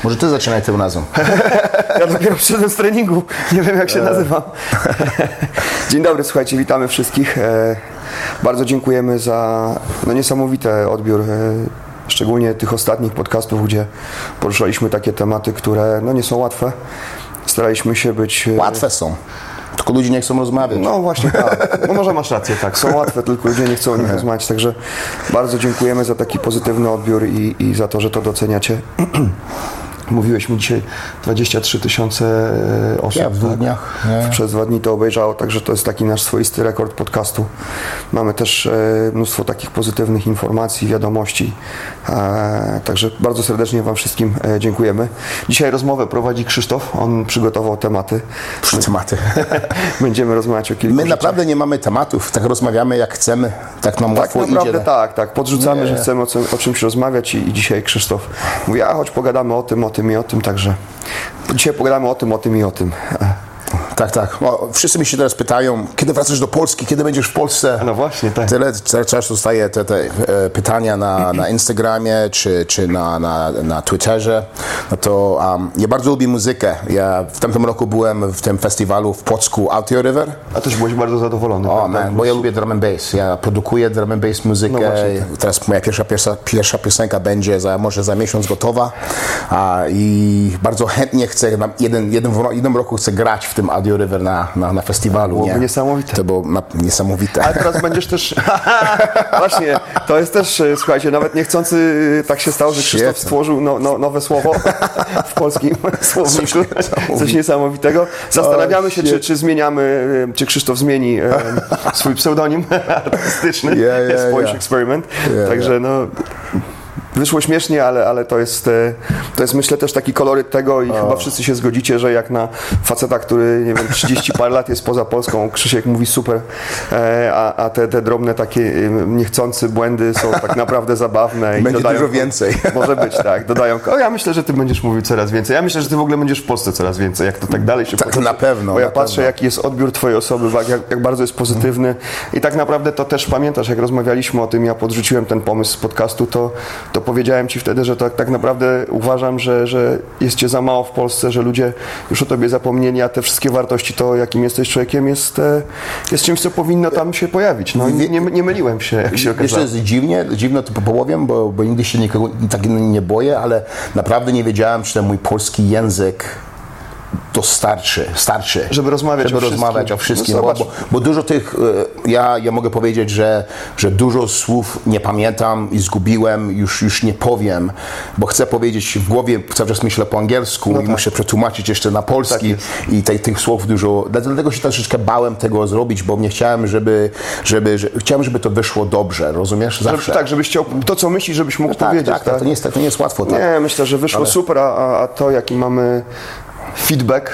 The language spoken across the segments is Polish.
Może ty zaczynaj tym razem. Ja dopiero przyszedłem z treningu, nie wiem jak się nazywam. Dzień dobry, słuchajcie, witamy wszystkich. Bardzo dziękujemy za niesamowity odbiór, szczególnie tych ostatnich podcastów, gdzie poruszaliśmy takie tematy, które nie są łatwe. Staraliśmy się być... Łatwe są. Tylko ludzie nie chcą rozmawiać. No właśnie tak. No może masz rację, tak. Są łatwe, tylko ludzie nie chcą o nich rozmawiać. Także bardzo dziękujemy za taki pozytywny odbiór i za to, że to doceniacie. Mówiłeś mi dzisiaj 23 000 osób. Ja w 2 dniach. Przez 2 dni to obejrzało, także to jest taki nasz swoisty rekord podcastu. Mamy też mnóstwo takich pozytywnych informacji, wiadomości. Także bardzo serdecznie Wam wszystkim dziękujemy. Dzisiaj rozmowę prowadzi Krzysztof. On przygotował tematy. Będziemy rozmawiać o kilku My rzeczach. naprawdę nie mamy tematów. Tak rozmawiamy jak chcemy. Tak nam łatwo Tak naprawdę idzie. tak. Podrzucamy, że chcemy o czymś rozmawiać i dzisiaj Krzysztof mówi, chodź pogadamy o tym i o tym, także dzisiaj pogadamy o tym i o tym. Tak. Wszyscy mi się teraz pytają, kiedy wracasz do Polski, kiedy będziesz w Polsce? No właśnie, tak. Tyle czasu dostaję te pytania na Instagramie czy na Twitterze. No to ja bardzo lubię muzykę. Ja w tamtym roku byłem w tym festiwalu w Płocku Audio River. A też byłeś bardzo zadowolony. Bo ja lubię drum and bass. Ja produkuję drum and bass muzykę. No właśnie, tak. Teraz moja pierwsza piosenka będzie może za miesiąc gotowa. I bardzo chętnie chcę, jednym roku chcę grać w tym Audio River na festiwalu. Byłoby niesamowite. To było niesamowite. Ale teraz będziesz też... Właśnie, to jest też, słuchajcie, nawet niechcący tak się stało, że Krzysztof stworzył nowe słowo w polskim słowniku. Coś niesamowitego. Zastanawiamy się, czy zmieniamy, czy Krzysztof zmieni swój pseudonim artystyczny. Polish Experiment. Także wyszło śmiesznie, ale to jest myślę też taki koloryt tego i chyba wszyscy się zgodzicie, że jak na faceta, który 30 parę lat jest poza Polską, Krzysiek mówi super, a te drobne takie niechcący błędy są tak naprawdę zabawne. Będzie i dodają, dużo więcej. Może być, tak. Dodają, ja myślę, że ty będziesz mówił coraz więcej. Ja myślę, że ty w ogóle będziesz w Polsce coraz więcej, jak to tak dalej się potoczy. Na pewno. Bo ja patrzę, jaki jest odbiór twojej osoby, jak bardzo jest pozytywny i tak naprawdę to też pamiętasz, jak rozmawialiśmy o tym, ja podrzuciłem ten pomysł z podcastu, to powiedziałem ci wtedy, że tak naprawdę uważam, że jest cię za mało w Polsce, że ludzie już o tobie zapomnieli, a te wszystkie wartości, to jakim jesteś człowiekiem jest czymś, co powinno tam się pojawić. Nie myliłem się, jak się okazało. Jeszcze jest dziwne to powiem, bo nigdy się nikogo tak nie boję, ale naprawdę nie wiedziałem, czy ten mój polski język to starczy. Żeby rozmawiać o wszystkim. No, bo dużo tych, ja mogę powiedzieć, że dużo słów nie pamiętam i zgubiłem, już nie powiem, bo chcę powiedzieć, w głowie cały czas myślę po angielsku i muszę przetłumaczyć jeszcze na polski i tych słów dużo, dlatego się troszeczkę bałem tego zrobić, bo nie chciałem, żeby to wyszło dobrze, rozumiesz? Zawsze. Tak, żebyś chciał to, co myślisz, żebyś mógł powiedzieć. Tak. To nie jest łatwo. Tak. Nie, myślę, że wyszło super, a to, jaki mamy feedback.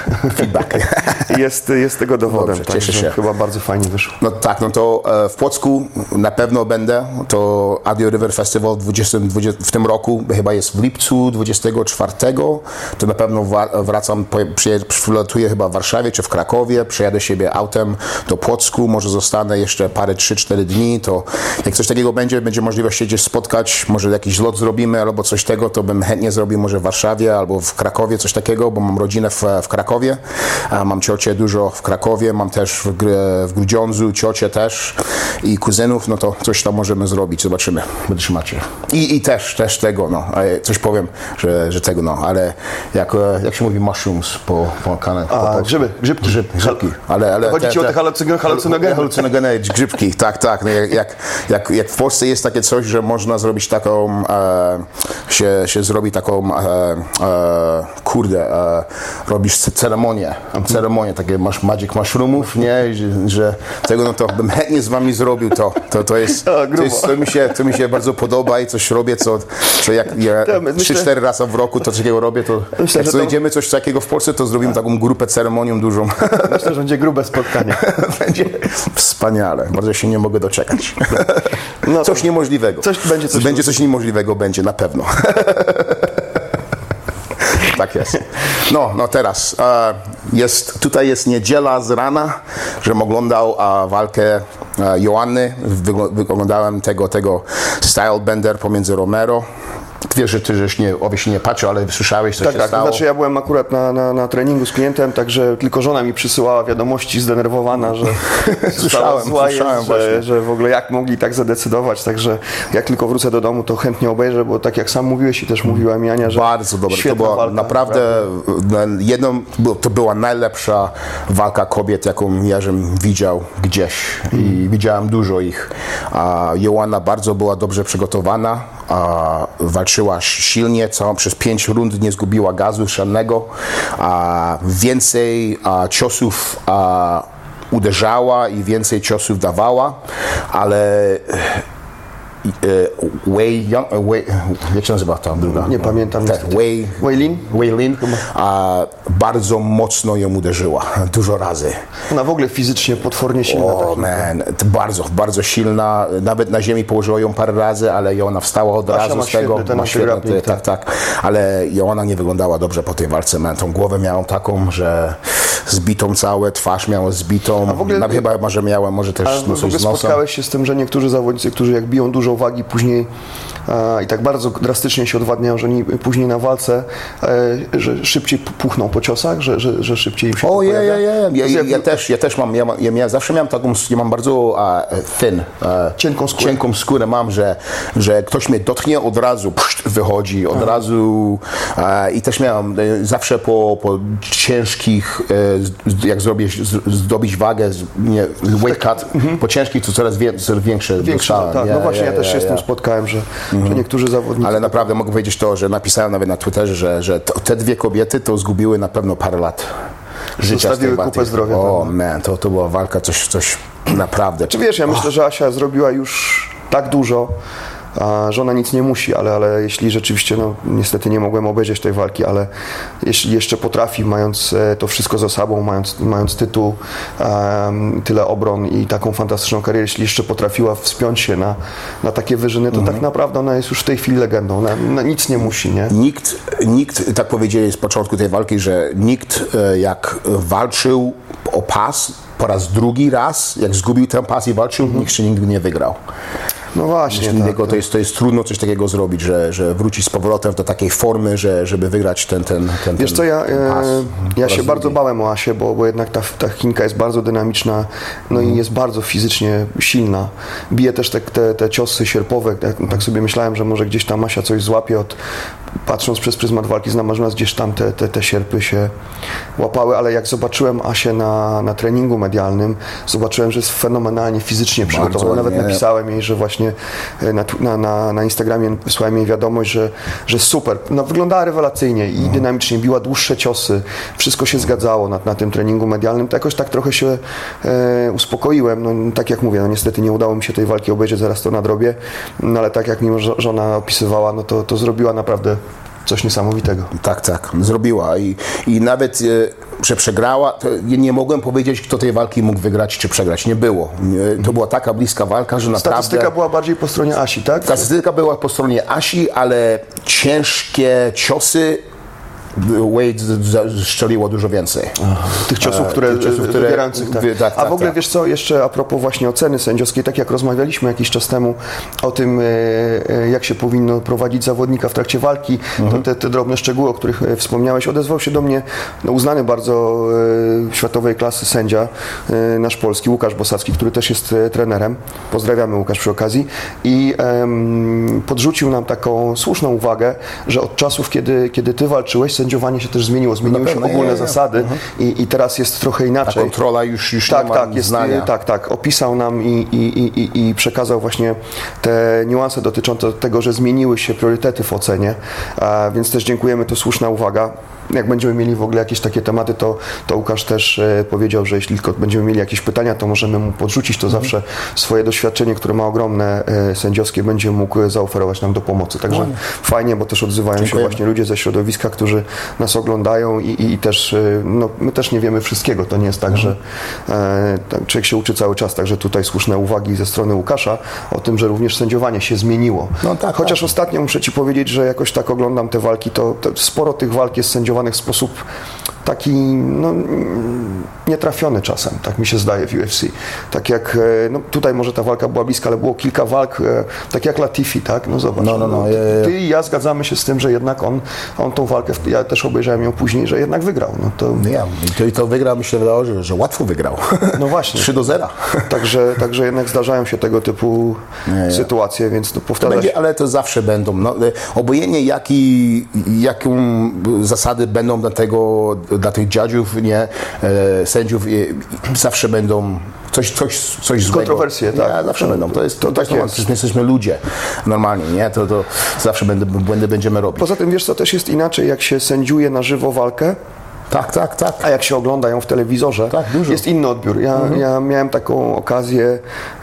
jest tego dowodem. Dobrze, cieszę się. Chyba bardzo fajnie wyszło. To w Płocku na pewno będę. To Audio River Festival w tym roku chyba jest w lipcu 24. To na pewno wracam, przylatuję chyba w Warszawie czy w Krakowie, przyjadę siebie autem do Płocku, może zostanę jeszcze parę 3-4 dni, to jak coś takiego będzie możliwość się gdzieś spotkać, może jakiś lot zrobimy albo coś tego, to bym chętnie zrobił może w Warszawie albo w Krakowie coś takiego, bo mam rodzinę w Krakowie, mam ciocię dużo w Krakowie, mam też w Grudziądzu ciocię też i kuzynów, to coś tam możemy zrobić, zobaczymy, trzymacie. I też tego, coś powiem, że tego, ale jak się mówi mushrooms po grzybki. Ale chodzi ci o te halucynogeny, grzybki, tak. Jak w Polsce jest takie coś, że można zrobić taką, się zrobi taką, robisz ceremonię, takie magic mushroomów, nie, że tego, to bym chętnie z wami zrobił to jest, to mi się bardzo podoba i coś robię, co jak 3-4 razy w roku to takiego robię, to jak znajdziemy coś takiego w Polsce, to zrobimy taką grupę, ceremonią dużą. Myślę, że będzie grube spotkanie. Będzie wspaniale, bardzo się nie mogę doczekać. Coś niemożliwego. Będzie coś niemożliwego, będzie na pewno. Tak jest. Teraz tutaj jest niedziela z rana, żebym oglądał walkę Joanny. Oglądałem tego Stylebender pomiędzy Romero Wiesz, że ty oczywiście nie patrzył, ale słyszałeś, co się stało? Tak, znaczy ja byłem akurat na treningu z klientem, także tylko żona mi przysyłała wiadomości zdenerwowana, że słyszałem że w ogóle jak mogli tak zadecydować, także jak tylko wrócę do domu, to chętnie obejrzę, bo tak jak sam mówiłeś i też mówiła mi Ania, że bardzo dobre, to była walka, naprawdę to była najlepsza walka kobiet, jaką ja widział gdzieś i widziałem dużo ich. Joanna bardzo była dobrze przygotowana, walczyła silnie, przez 5 rund nie zgubiła gazu żadnego, więcej ciosów uderzała i więcej ciosów dawała, ale jak się nazywa ta druga? Nie pamiętam. Wei Lin bardzo mocno ją uderzyła, dużo razy. Ona w ogóle fizycznie potwornie silna. Bardzo, bardzo silna. Nawet na ziemi położyła ją parę razy, ale ona wstała od razu z tego. Ma świetny, tak. Ale ona nie wyglądała dobrze po tej walce. Tą głowę miała taką, że zbitą całe, twarz miała zbitą. Chyba może też coś z nosem. Spotkałeś się z tym, że niektórzy zawodnicy, którzy jak biją dużo wagi później i tak bardzo drastycznie się odwadniają, że oni później na walce, że szybciej puchną po ciosach, że szybciej im się Ja też mam, zawsze miałem taką, mam bardzo cienką skórę mam, że ktoś mnie dotknie, od razu wychodzi, od razu i też miałem zawsze po ciężkich, jak zdobyć wagę, weight cut, po ciężkich to coraz większe dostałem. Tak, no właśnie, ja też się z tym spotkałem, że niektórzy zawodnicy... Ale naprawdę mogę powiedzieć to, że napisałem nawet na Twitterze, że te dwie kobiety to zgubiły na pewno parę lat życia. Zostawiły kupę zdrowia. To była walka, coś naprawdę... Czy wiesz, ja myślę, że Asia zrobiła już tak dużo, że ona nic nie musi, ale jeśli rzeczywiście, niestety nie mogłem obejrzeć tej walki, ale jeśli jeszcze potrafi, mając to wszystko za sobą, mając tytuł, tyle obron i taką fantastyczną karierę, jeśli jeszcze potrafiła wspiąć się na takie wyżyny, to tak naprawdę ona jest już w tej chwili legendą. Ona nic nie musi, nie? Nikt, tak powiedzieli z początku tej walki, że nikt jak walczył o pas po raz drugi raz, jak zgubił ten pas i walczył, nikt jeszcze nigdy nie wygrał. No właśnie. To jest trudno coś takiego zrobić, że wrócić z powrotem do takiej formy, żeby wygrać ten Wiesz co, ja się bardzo bałem o Asię, bo jednak ta Chinka jest bardzo dynamiczna, i jest bardzo fizycznie silna. Bije też te ciosy sierpowe. Tak sobie myślałem, że może gdzieś tam Asia coś złapie patrząc przez pryzmat walki z Namajunas, gdzieś tam te sierpy się łapały, ale jak zobaczyłem Asię na treningu medialnym, zobaczyłem, że jest fenomenalnie fizycznie przygotowana. Nawet napisałem jej, że właśnie na Instagramie wysłałem jej wiadomość, że super. Wyglądała rewelacyjnie i dynamicznie, biła dłuższe ciosy, wszystko się zgadzało na tym treningu medialnym. To jakoś tak trochę się uspokoiłem. Tak jak mówię, niestety nie udało mi się tej walki obejrzeć, zaraz to nadrobię, ale tak jak mi żona opisywała, to zrobiła naprawdę coś niesamowitego. Tak, zrobiła i nawet, że przegrała, to nie mogłem powiedzieć, kto tej walki mógł wygrać czy przegrać. Nie było. To była taka bliska walka, że naprawdę... Statystyka była bardziej po stronie Asi, tak? Statystyka była po stronie Asi, ale ciężkie ciosy Wade strzeliło dużo więcej. Tych ciosów, które wybierających. Tak. A w ogóle wiesz co, jeszcze a propos właśnie oceny sędziowskiej, tak jak rozmawialiśmy jakiś czas temu o tym, jak się powinno prowadzić zawodnika w trakcie walki, to te drobne szczegóły, o których wspomniałeś, odezwał się do mnie uznany bardzo światowej klasy sędzia, nasz polski, Łukasz Bosacki, który też jest trenerem. Pozdrawiamy, Łukasz, przy okazji. I podrzucił nam taką słuszną uwagę, że od czasów, kiedy ty walczyłeś, sędziowanie się też zmieniło. Zmieniły się ogólne zasady i teraz jest trochę inaczej. Ta kontrola już nie ma znania. Tak. Opisał nam i przekazał właśnie te niuanse dotyczące tego, że zmieniły się priorytety w ocenie, więc też dziękujemy, to słuszna uwaga. Jak będziemy mieli w ogóle jakieś takie tematy, to Łukasz też powiedział, że jeśli tylko będziemy mieli jakieś pytania, to możemy mu podrzucić, to zawsze swoje doświadczenie, które ma ogromne sędziowskie, będzie mógł zaoferować nam do pomocy. Także fajnie, bo też odzywają się właśnie ludzie ze środowiska, którzy nas oglądają i też, my też nie wiemy wszystkiego. To nie jest tak, że człowiek się uczy cały czas, także tutaj słuszne uwagi ze strony Łukasza o tym, że również sędziowanie się zmieniło. Chociaż ostatnio muszę Ci powiedzieć, że jakoś tak oglądam te walki, to sporo tych walk jest sędziowanych w sposób taki nietrafiony czasem, tak mi się zdaje w UFC. Tak jak, tutaj może ta walka była bliska, ale było kilka walk, tak jak Latifi, tak? No zobacz. Ty i ja zgadzamy się z tym, że jednak on tą walkę, ja też obejrzałem ją później, że jednak wygrał. I to wygrał, myślę, że łatwo wygrał. No właśnie. 3-0. Także jednak zdarzają się tego typu sytuacje, więc powtarzać. Ale to zawsze będą. Obojętnie jaką zasady będą dla tych judge'ów, sędziów, zawsze będą coś złego. Kontrowersje, tak. Zawsze będą. To jest. My jesteśmy ludzie normalnie, nie? To zawsze błędy będziemy robić. Poza tym, wiesz co, też jest inaczej, jak się sędziuje na żywo walkę. Tak. A jak się ogląda ją w telewizorze, jest inny odbiór. Ja miałem taką okazję,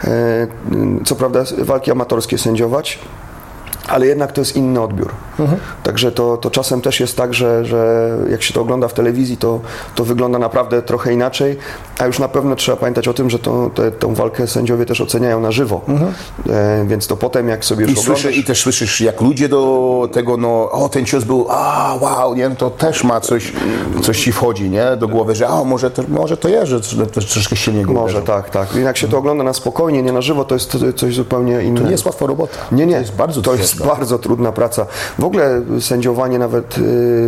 co prawda walki amatorskie sędziować, ale jednak to jest inny odbiór. Także to czasem też jest tak, że jak się to ogląda w telewizji, to wygląda naprawdę trochę inaczej, a już na pewno trzeba pamiętać o tym, że tą walkę sędziowie też oceniają na żywo. Więc to potem, jak sobie już oglądasz... I też słyszysz, jak ludzie do tego, ten cios był, wow, nie? To też ma coś ci wchodzi, nie? Do głowy, że może to jest, że troszkę silniej go Może, tak. Jak się to ogląda na spokojnie, nie na żywo, to jest coś zupełnie innego. To nie jest łatwa robota. Nie. To jest bardzo trudna praca. W ogóle sędziowanie nawet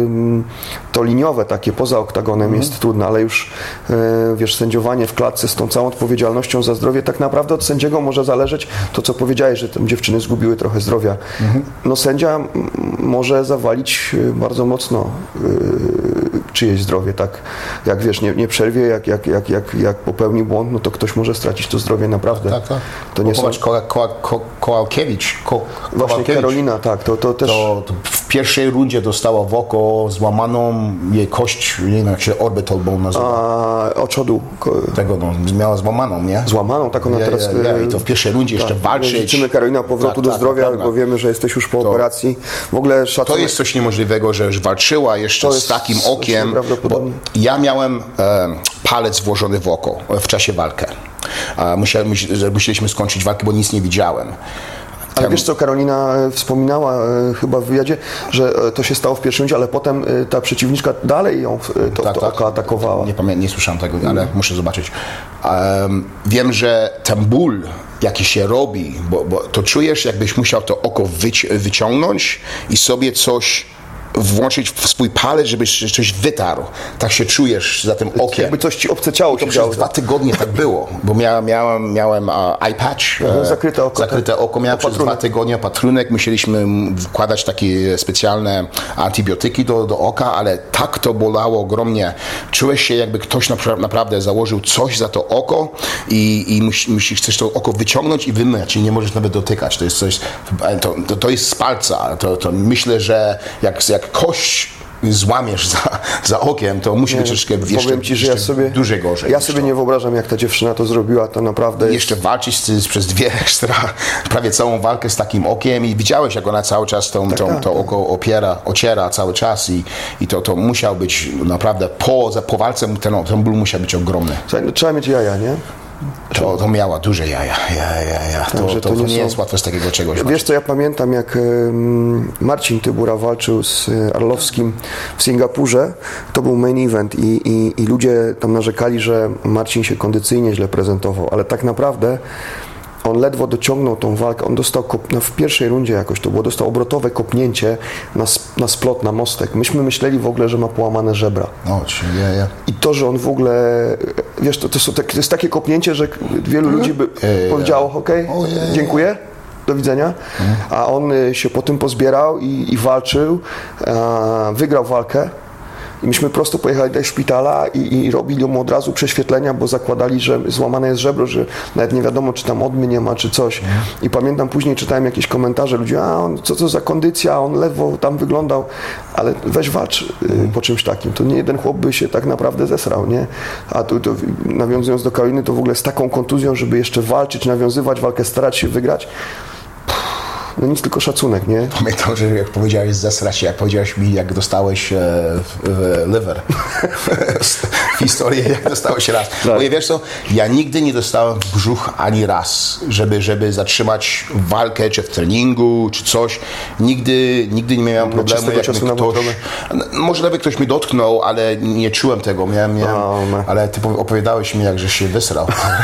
to liniowe, takie poza oktagonem jest trudne, ale już wiesz, sędziowanie w klatce z tą całą odpowiedzialnością za zdrowie, tak naprawdę od sędziego może zależeć to, co powiedziałeś, że tam dziewczyny zgubiły trochę zdrowia. Sędzia może zawalić bardzo mocno czyjeś zdrowie, tak? Jak wiesz, nie przerwie, jak popełni błąd, to ktoś może stracić to zdrowie naprawdę. Tak. To nie są... Kowalkiewicz. Właśnie Karolina, tak, to też... To w pierwszej rundzie dostała w oko złamaną jej kość, nie wiem jak się orbital bone nazywa. Oczodu. Tego, miała złamaną, nie? Złamaną, tak ona teraz... I to w pierwszej rundzie jeszcze walczyć. Życzymy Karolina powrotu do zdrowia, bo wiemy, że jesteś już po operacji. W ogóle szacunek... To jest coś niemożliwego, że już walczyła jeszcze z takim okiem. Bo ja miałem palec włożony w oko w czasie walki. Musieliśmy skończyć walkę, bo nic nie widziałem. Ale wiesz co, Karolina wspominała chyba w wywiadzie, że to się stało w pierwszym rundzie, ale potem ta przeciwniczka dalej ją to oko atakowała. Nie słyszałem tego, ale muszę zobaczyć. Wiem, że ten ból, jaki się robi, bo to czujesz, jakbyś musiał to oko wyciągnąć i sobie coś włączyć w swój palec, żebyś coś wytarł. Tak się czujesz za tym okiem. Jakby coś ci obce ciało. To przez 2 tygodnie tak było, bo miałem eye patch. Zakryte oko. Miałem przez 2 tygodnie opatrunek. Musieliśmy wkładać takie specjalne antybiotyki do oka, ale tak to bolało ogromnie. Czułeś się, jakby ktoś naprawdę założył coś za to oko i chcesz to oko wyciągnąć i wymyć i nie możesz nawet dotykać. To jest coś, to jest z palca. To myślę, że jak kość złamiesz za okiem, to musi być troszkę dużo gorzej. Ja sobie nie wyobrażam, jak ta dziewczyna to zrobiła, to naprawdę... Jeszcze walczyć przez 2 ekstra, prawie całą walkę z takim okiem i widziałeś, jak ona cały czas to oko ociera cały czas i to musiał być naprawdę po walce, ten ból musiał być ogromny. Trzeba mieć jaja, nie? To miała duże jaja. To nie jest łatwe z takiego czegoś. Wiesz co, ja pamiętam, jak Marcin Tybura walczył z Arlowskim w Singapurze, to był main event i ludzie tam narzekali, że Marcin się kondycyjnie źle prezentował, ale tak naprawdę on ledwo dociągnął tą walkę, on dostał w pierwszej rundzie jakoś to było, dostał obrotowe kopnięcie na splot, na mostek. Myśmy myśleli w ogóle, że ma połamane żebra. I to, że on w ogóle, wiesz, to jest takie kopnięcie, że wielu ludzi by powiedziało, okej, dziękuję, do widzenia, a on się po tym pozbierał i walczył, wygrał walkę. I myśmy prosto pojechali do szpitala i robili mu od razu prześwietlenia, bo zakładali, że złamane jest żebro, że nawet nie wiadomo, czy tam odmy nie ma, czy coś. I pamiętam, później czytałem jakieś komentarze, ludzie, co to za kondycja, on ledwo tam wyglądał, ale weź walcz po czymś takim. To nie jeden chłop by się tak naprawdę zesrał, nie? A tu nawiązując do Karoliny, to w ogóle z taką kontuzją, żeby jeszcze walczyć, nawiązywać walkę, starać się wygrać, no nic, tylko szacunek, nie? Pamiętam, że jak powiedziałeś zesrać się, jak powiedziałeś mi, jak dostałeś liver. Historię, jak dostałeś raz. Tak. Bo wiesz co, ja nigdy nie dostałem w brzuch ani raz, żeby zatrzymać walkę, czy w treningu, czy coś. Nigdy nie miałem problemu, jak ktoś... Może nawet ktoś mi dotknął, ale nie czułem tego. Ale ty opowiadałeś mi, jak żeś się wysrał.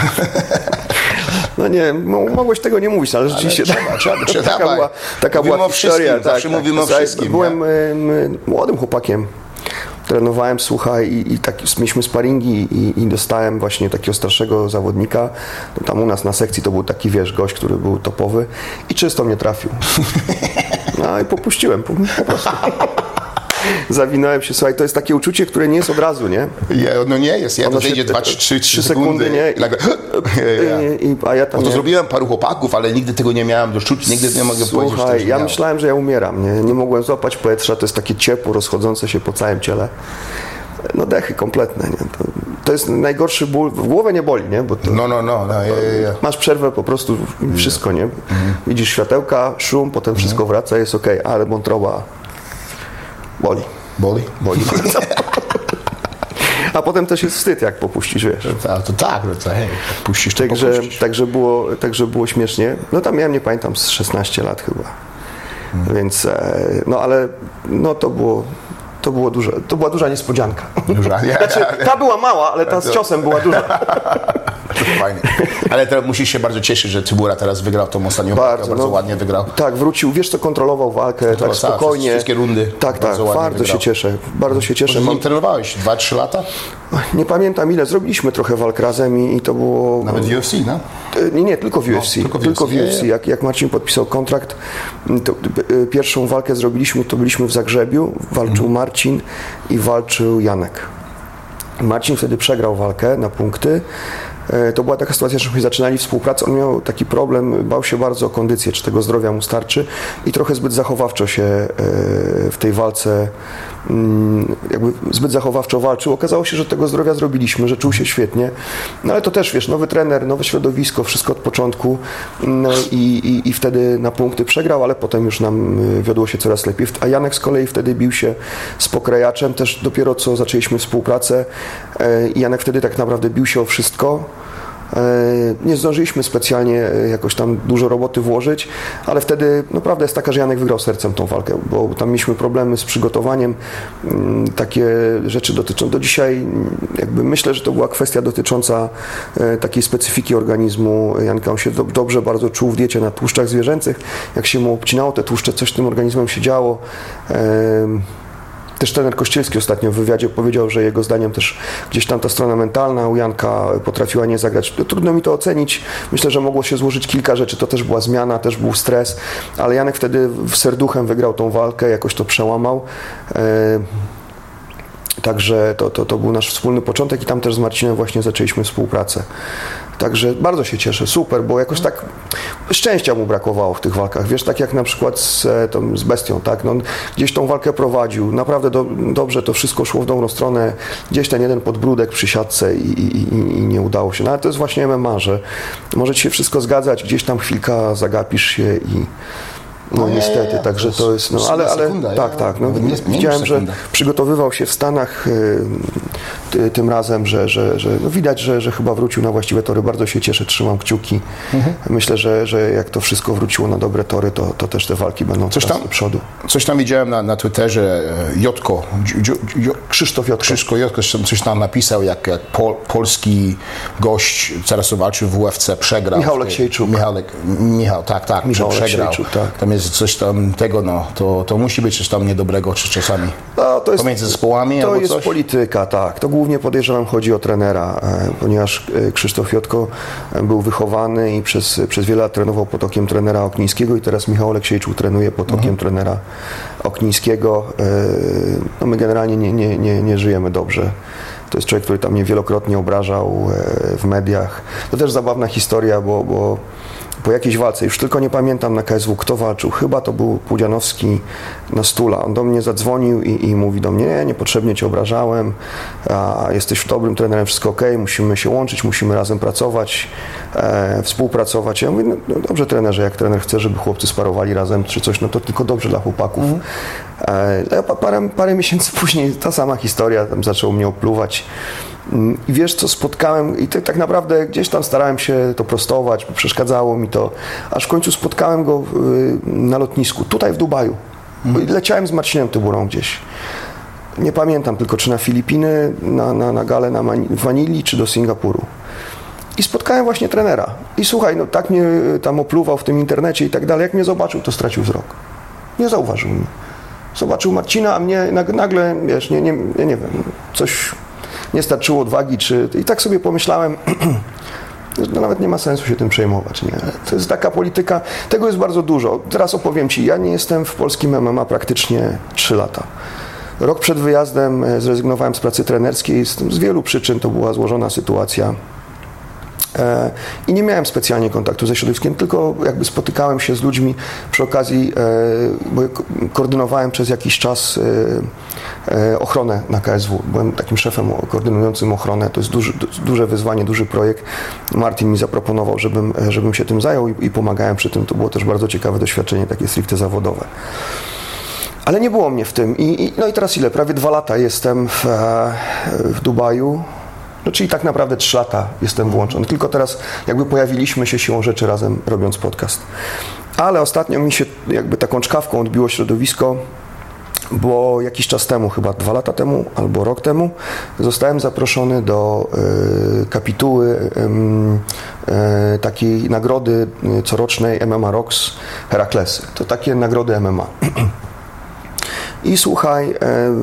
No nie, mogłeś tego nie mówić, ale rzeczywiście taka była historia. Zawsze mówimy o wszystkim. Byłem młodym chłopakiem, trenowałem, słuchaj, i mieliśmy sparingi i dostałem właśnie takiego starszego zawodnika. Tam u nas na sekcji to był taki, wiesz, gość, który był topowy i czysto mnie trafił. No i popuściłem po prostu. Zawinąłem się, słuchaj, to jest takie uczucie, które nie jest od razu, nie? No nie jest, to zejdzie 2-3 sekundy, nie? A ja tam to zrobiłem paru chłopaków, ale nigdy tego nie miałem doszczuć, nigdy nie mogę powiedzieć, że ja myślałem, że ja umieram, nie mogłem złapać powietrza, to jest takie ciepło, rozchodzące się po całym ciele. No dechy kompletne, nie? To jest najgorszy ból, w głowę nie boli, nie? Bo to, masz przerwę po prostu, wszystko, nie? Widzisz światełka, szum, potem wszystko wraca, jest okej, ale wątroba boli. Boli? A potem też jest wstyd, jak popuścisz, wiesz. Hej, puścisz to Także było śmiesznie. No tam miałem, nie pamiętam, z 16 lat chyba. Więc, no ale no to była duża niespodzianka. Ta była mała, ale ta z ciosem była duża. Fajnie. Ale teraz musisz się bardzo cieszyć, że Tybura teraz wygrał tą ostatnią walkę, bardzo ładnie wygrał. Tak, wrócił, wiesz co, kontrolował walkę, tak spokojnie. Wszystkie rundy. Tak, bardzo się cieszę. Z nim trenowałeś 2-3 lata? Nie pamiętam ile, zrobiliśmy trochę walk razem i to było... Nawet w UFC, no? Nie, tylko w UFC. Tylko w UFC. Jak Marcin podpisał kontrakt, to pierwszą walkę zrobiliśmy, to byliśmy w Zagrzebiu, walczył Marcin i walczył Janek. Marcin wtedy przegrał walkę na punkty. To była taka sytuacja, że zaczynali współpracę, on miał taki problem, bał się bardzo o kondycję, czy tego zdrowia mu starczy i trochę zbyt zachowawczo się w tej walce, jakby zbyt zachowawczo walczył. Okazało się, że tego zdrowia zrobiliśmy, że czuł się świetnie, no ale to też, wiesz, nowy trener, nowe środowisko, wszystko od początku i wtedy na punkty przegrał, ale potem już nam wiodło się coraz lepiej, a Janek z kolei wtedy bił się z Pokrejaczem, też dopiero co zaczęliśmy współpracę i Janek wtedy tak naprawdę bił się o wszystko. Nie zdążyliśmy specjalnie jakoś tam dużo roboty włożyć, ale wtedy no, prawda jest taka, że Janek wygrał sercem tą walkę, bo tam mieliśmy problemy z przygotowaniem, takie rzeczy dotyczą do dzisiaj, jakby myślę, że to była kwestia dotycząca takiej specyfiki organizmu Janka. On się dobrze bardzo czuł w diecie na tłuszczach zwierzęcych, jak się mu obcinało te tłuszcze, coś z tym organizmem się działo. Też trener Kościelski ostatnio w wywiadzie powiedział, że jego zdaniem też gdzieś tam ta strona mentalna u Janka potrafiła nie zagrać. Trudno mi to ocenić. Myślę, że mogło się złożyć kilka rzeczy. To też była zmiana, też był stres, ale Janek wtedy serduchem wygrał tą walkę, jakoś to przełamał. Także to był nasz wspólny początek i tam też z Marcinem właśnie zaczęliśmy współpracę. Także bardzo się cieszę, super, bo jakoś tak szczęścia mu brakowało w tych walkach. Wiesz, tak jak na przykład z Bestią, tak? No, gdzieś tą walkę prowadził, naprawdę dobrze to wszystko szło w dobrą stronę, gdzieś ten jeden podbródek przy siatce i nie udało się. No ale to jest właśnie MMA, że może ci się wszystko zgadzać, gdzieś tam chwilka zagapisz się i no niestety, także to jest, no ale tak, no, widziałem, że przygotowywał się w Stanach tym razem, że no, widać, że chyba wrócił na właściwe tory, bardzo się cieszę, trzymam kciuki. Myślę, że jak to wszystko wróciło na dobre tory, to też te walki będą coś tam do przodu. Coś tam widziałem na Twitterze, Krzysztof Jotko coś tam napisał, jak polski gość, teraz walczył w UFC, przegrał. Michał Aleksiejczuk. Michał, tak, Michał przegrał. Tak. Tam jest coś tam tego, no, to musi być coś tam niedobrego czasami. No, to jest, pomiędzy zespołami to albo jest coś? polityka, tak. To głównie podejrzewam chodzi o trenera, ponieważ Krzysztof Jotko był wychowany i przez wiele lat trenował pod okiem trenera Oknińskiego i teraz Michał Aleksiejczuk trenuje pod okiem trenera Oknińskiego. No, my generalnie nie żyjemy dobrze. To jest człowiek, który tam mnie wielokrotnie obrażał w mediach. To też zabawna historia, bo po jakiejś walce, już tylko nie pamiętam na KSW, kto walczył, chyba to był Pudzianowski na Stula. On do mnie zadzwonił i mówi do mnie, niepotrzebnie cię obrażałem, jesteś dobrym trenerem, wszystko okej, musimy się łączyć, musimy razem pracować, współpracować. Ja mówię, no dobrze trenerze, jak trener chce, żeby chłopcy sparowali razem czy coś, no to tylko dobrze dla chłopaków. Parę miesięcy później ta sama historia, tam zaczął mnie opluwać. I wiesz co, spotkałem i tak naprawdę gdzieś tam starałem się to prostować, bo przeszkadzało mi to, aż w końcu spotkałem go na lotnisku, tutaj w Dubaju. Leciałem z Marcinem Tyburą gdzieś. Nie pamiętam tylko, czy na Filipiny, na galę w Manili, czy do Singapuru. I spotkałem właśnie trenera. I słuchaj, no tak mnie tam opluwał w tym internecie i tak dalej. Jak mnie zobaczył, to stracił wzrok. Nie zauważył mnie. Zobaczył Marcina, a mnie nagle, wiesz, nie wiem, coś nie starczyło odwagi, i tak sobie pomyślałem, no nawet nie ma sensu się tym przejmować, nie? To jest taka polityka, tego jest bardzo dużo. Teraz opowiem Ci, ja nie jestem w polskim MMA praktycznie 3 lata. Rok przed wyjazdem zrezygnowałem z pracy trenerskiej, z wielu przyczyn, to była złożona sytuacja. I nie miałem specjalnie kontaktu ze środowiskiem, tylko jakby spotykałem się z ludźmi przy okazji, bo koordynowałem przez jakiś czas ochronę na KSW. Byłem takim szefem koordynującym ochronę. To jest duże wyzwanie, duży projekt. Martin mi zaproponował, żebym się tym zajął i pomagałem przy tym. To było też bardzo ciekawe doświadczenie, takie stricte zawodowe. Ale nie było mnie w tym. No i teraz ile? Prawie 2 lata jestem w Dubaju. No, czyli tak naprawdę 3 lata jestem włączony. Tylko teraz jakby pojawiliśmy się siłą rzeczy razem, robiąc podcast. Ale ostatnio mi się jakby taką czkawką odbiło środowisko, bo jakiś czas temu, chyba 2 lata temu albo rok temu, zostałem zaproszony do kapituły takiej nagrody corocznej MMA Rocks Heraklesy. To takie nagrody MMA. I słuchaj,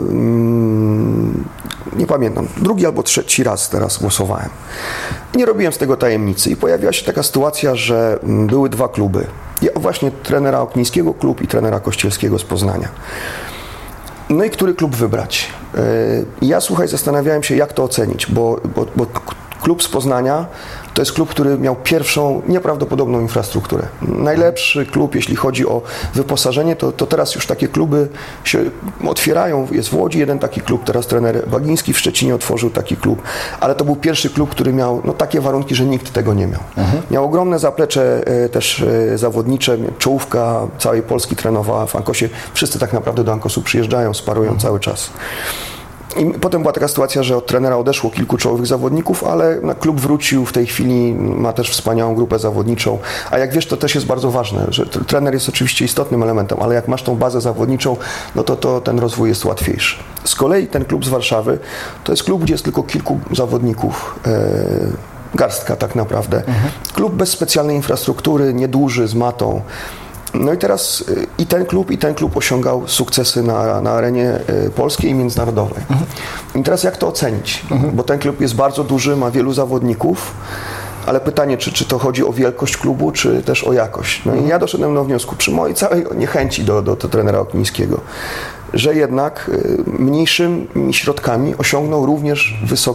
nie pamiętam, 2. albo 3. raz teraz głosowałem. Nie robiłem z tego tajemnicy i pojawiła się taka sytuacja, że były 2 kluby. Właśnie trenera Oknińskiego klub i trenera Kościelskiego z Poznania. No i który klub wybrać? Ja, słuchaj, zastanawiałem się, jak to ocenić, bo klub z Poznania to jest klub, który miał pierwszą nieprawdopodobną infrastrukturę. Najlepszy klub, jeśli chodzi o wyposażenie, to teraz już takie kluby się otwierają. Jest w Łodzi jeden taki klub, teraz trener Bagiński w Szczecinie otworzył taki klub, ale to był pierwszy klub, który miał takie warunki, że nikt tego nie miał. Miał ogromne zaplecze też zawodnicze, czołówka całej Polski trenowała w Ankosie. Wszyscy tak naprawdę do Ankosu przyjeżdżają, sparują cały czas. I potem była taka sytuacja, że od trenera odeszło kilku czołowych zawodników, ale klub wrócił w tej chwili, ma też wspaniałą grupę zawodniczą, a jak wiesz, to też jest bardzo ważne, że trener jest oczywiście istotnym elementem, ale jak masz tą bazę zawodniczą, no to ten rozwój jest łatwiejszy. Z kolei ten klub z Warszawy to jest klub, gdzie jest tylko kilku zawodników, garstka tak naprawdę. Klub bez specjalnej infrastruktury, nieduży, z matą. No i teraz i ten klub osiągał sukcesy na arenie polskiej i międzynarodowej. I teraz jak to ocenić? Bo ten klub jest bardzo duży, ma wielu zawodników, ale pytanie, czy to chodzi o wielkość klubu, czy też o jakość. No i ja doszedłem do wniosku, przy mojej całej niechęci do trenera Oknińskiego, że jednak mniejszymi środkami osiągnął również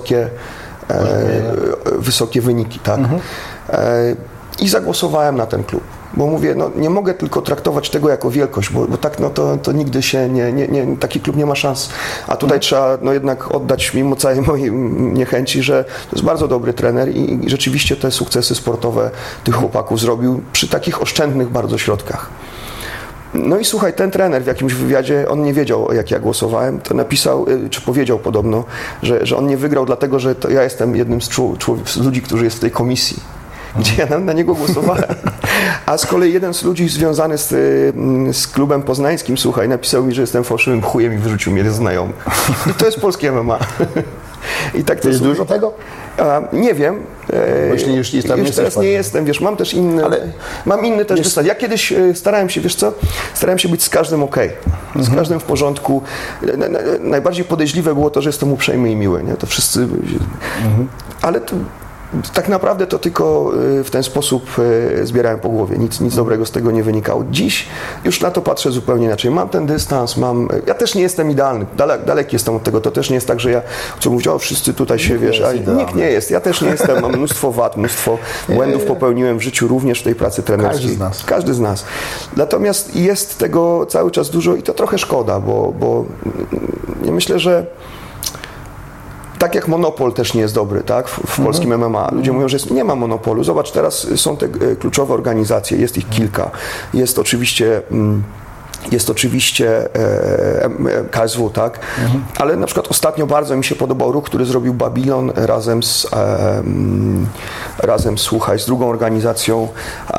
wysokie wyniki. Tak? I zagłosowałem na ten klub. Bo mówię, no nie mogę tylko traktować tego jako wielkość, bo tak to nigdy się taki klub nie ma szans. A tutaj trzeba jednak oddać mimo całej mojej niechęci, że to jest bardzo dobry trener i rzeczywiście te sukcesy sportowe tych chłopaków zrobił przy takich oszczędnych bardzo środkach. No i słuchaj, ten trener w jakimś wywiadzie, on nie wiedział, jak ja głosowałem, to napisał, czy powiedział podobno, że on nie wygrał dlatego, że ja jestem jednym z ludzi, którzy jest w tej komisji, gdzie ja na niego głosowałem. A z kolei jeden z ludzi związany z klubem poznańskim, słuchaj, napisał mi, że jestem fałszywym chujem i wyrzucił mnie ze znajomych. I to jest polskie MMA. I tak to jest dużo tego? Nie wiem. Już teraz nie jestem, wiesz, mam też inny, mam inny też występ. Ja kiedyś starałem się, wiesz co, starałem się być z każdym okej. Z każdym w porządku. Najbardziej podejrzliwe było to, że jestem uprzejmy i miły, nie? To wszyscy... Ale to tak naprawdę to tylko w ten sposób zbierałem po głowie. Nic dobrego z tego nie wynikało. Dziś już na to patrzę zupełnie inaczej. Mam ten dystans, ja też nie jestem idealny. Daleki jestem od tego. To też nie jest tak, że ja chcę mówić, wszyscy tutaj się, wiesz, nikt nie jest. Ja też nie jestem. Mam mnóstwo wad, mnóstwo błędów popełniłem w życiu, również w tej pracy trenerskiej. Każdy z nas. Natomiast jest tego cały czas dużo i to trochę szkoda, bo ja myślę, że tak jak monopol też nie jest dobry, tak? W polskim MMA. Ludzie mówią, że nie ma monopolu. Zobacz, teraz są te kluczowe organizacje, jest ich kilka. Jest oczywiście KSW, tak? Ale na przykład ostatnio bardzo mi się podobał ruch, który zrobił Babylon razem słuchaj, z drugą organizacją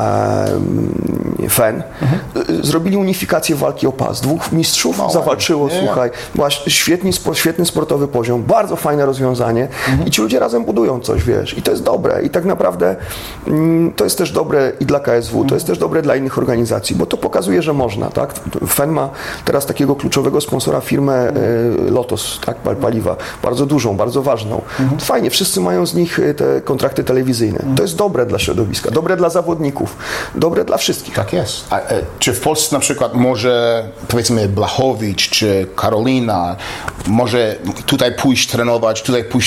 FEN. Zrobili unifikację walki o pas. Dwóch mistrzów zawalczyło, słuchaj. Świetny sportowy poziom, bardzo fajne rozwiązanie i ci ludzie razem budują coś, wiesz. I to jest dobre. I tak naprawdę to jest też dobre i dla KSW, to jest też dobre dla innych organizacji, bo to pokazuje, że można, tak? FEN ma teraz takiego kluczowego sponsora, firmę Lotos, tak, paliwa, bardzo dużą, bardzo ważną. Fajnie, wszyscy mają z nich te kontrakty telewizyjne. To jest dobre dla środowiska, dobre dla zawodników, dobre dla wszystkich. Tak jest. A czy w Polsce na przykład może, powiedzmy, Blachowicz czy Karolina może tutaj pójść trenować,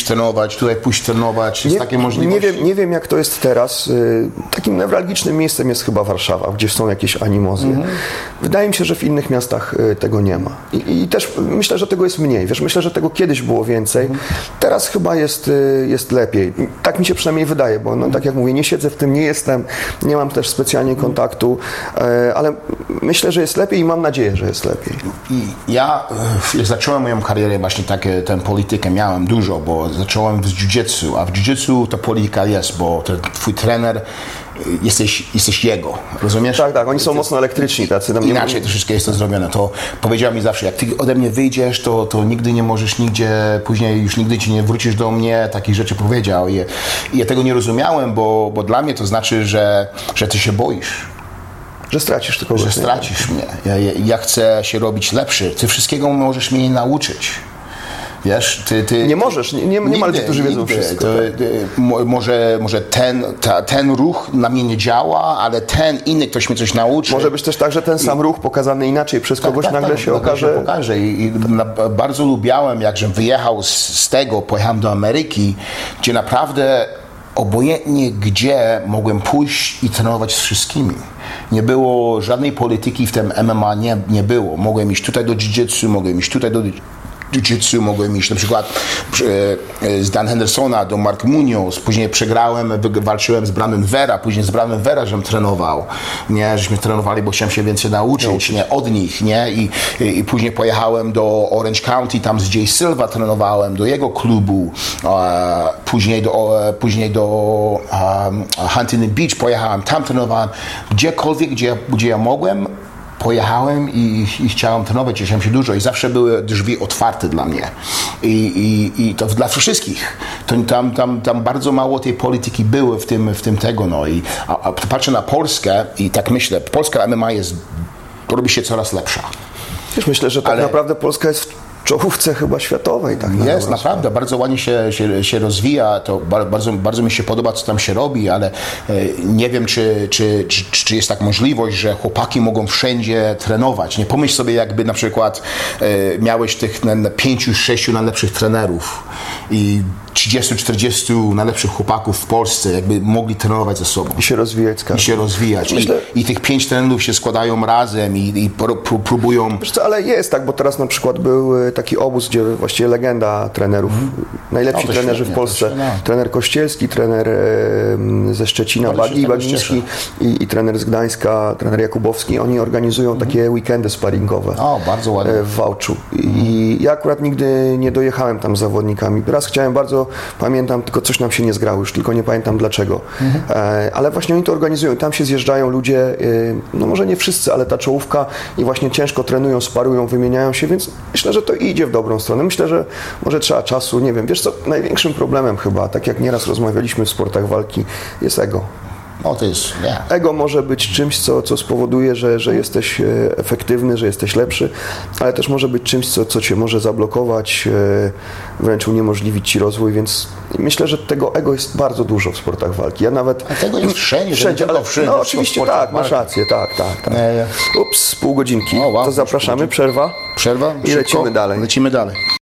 Jest takie możliwości? Nie wiem, jak to jest teraz. Takim newralgicznym miejscem jest chyba Warszawa, gdzie są jakieś animozje. Wydaje mi się, że w innych miastach tego nie ma. I też myślę, że tego jest mniej. Wiesz, myślę, że tego kiedyś było więcej. Teraz chyba jest lepiej. Tak mi się przynajmniej wydaje, bo tak jak mówię, nie siedzę w tym, nie jestem, nie mam też specjalnie kontaktu, ale myślę, że jest lepiej i mam nadzieję, że jest lepiej. I ja jak zacząłem moją karierę właśnie tę politykę miałem dużo, bo zacząłem z jiu-jitsu, a w jiu-jitsu to polityka jest, bo twój trener jesteś jego, rozumiesz? Tak, oni są mocno elektryczni tacy. Inaczej to wszystko jest to zrobione. To powiedział mi zawsze, jak ty ode mnie wyjdziesz, to nigdy nie możesz nigdzie, później już nigdy ci nie wrócisz do mnie, takich rzeczy powiedział. I ja tego nie rozumiałem, bo dla mnie to znaczy, że ty się boisz. Że stracisz tylko. Że stracisz mnie. Ja chcę się robić lepszy. Ty wszystkiego możesz mnie nauczyć. Wiesz, ty nie możesz, nie ma ludzi, którzy wiedzą wszystko. Może ten ruch na mnie nie działa, ale ten inny ktoś mnie coś nauczy. Może być też tak, że ten sam ruch pokazany inaczej przez kogoś nagle się okaże. I bardzo lubiałem, jak żem wyjechał z tego, pojechałem do Ameryki, gdzie naprawdę obojętnie gdzie mogłem pójść i trenować z wszystkimi. Nie było żadnej polityki w tym MMA, nie było. Mogłem iść tutaj do jiu-jitsu, mogłem iść tutaj do jiu-jitsu, mogłem iść na przykład z Dan Hendersona do Mark Munoz, później przegrałem, walczyłem z Brandon Vera, później z Brandon Vera, żem trenował, nie, żeśmy trenowali, bo chciałem się więcej nauczyć, nie, od nich, nie, i później pojechałem do Orange County, tam z Jay Silva trenowałem, do jego klubu, później do Huntington Beach pojechałem, tam trenowałem, gdziekolwiek, gdzie ja mogłem, pojechałem i chciałem trenować, cieszyłem się dużo i zawsze były drzwi otwarte dla mnie. I to dla wszystkich. Tam bardzo mało tej polityki były w tym tego. No. A patrzę na Polskę i tak myślę, polska MMA robi się coraz lepsza. Wiesz, myślę, że tak naprawdę Polska jest w czołówce chyba światowej. Tak jest, naprawdę, bardzo ładnie się rozwija, to bardzo mi się podoba, co tam się robi, ale nie wiem, czy jest tak możliwość, że chłopaki mogą wszędzie trenować. Nie pomyśl sobie, jakby na przykład miałeś tych 5-6 najlepszych trenerów i 30-40 najlepszych chłopaków w Polsce, jakby mogli trenować ze sobą. I się rozwijać. I tych 5 trenerów się składają razem i próbują... Wiesz co, ale jest tak, bo teraz na przykład był taki obóz, gdzie właściwie legenda trenerów, najlepsi trenerzy w Polsce, trener Kościelski, trener ze Szczecina, Bagiński i trener z Gdańska, trener Jakubowski, oni organizują takie weekendy sparingowe. Bardzo ładnie. W Wałczu. I ja akurat nigdy nie dojechałem tam z zawodnikami. Raz chciałem bardzo, pamiętam, tylko coś nam się nie zgrało, już tylko nie pamiętam dlaczego. Ale właśnie oni to organizują. Tam się zjeżdżają ludzie, no może nie wszyscy, ale ta czołówka i właśnie ciężko trenują, sparują, wymieniają się, więc myślę, że to idzie w dobrą stronę. Myślę, że może trzeba czasu, nie wiem. Wiesz co, największym problemem chyba, tak jak nieraz rozmawialiśmy w sportach walki, jest ego. No to jest, nie. Ego może być czymś, co spowoduje, że jesteś efektywny, że jesteś lepszy, ale też może być czymś, co cię może zablokować, wręcz uniemożliwić ci rozwój, więc myślę, że tego ego jest bardzo dużo w sportach walki. Ja nawet... A tego jest wszędzie, ale, wszędzie. No oczywiście tak, masz rację, tak. Ups, pół godzinki. O, wow, to zapraszamy, przerwa. Przerwa? I lecimy dalej. Lecimy dalej.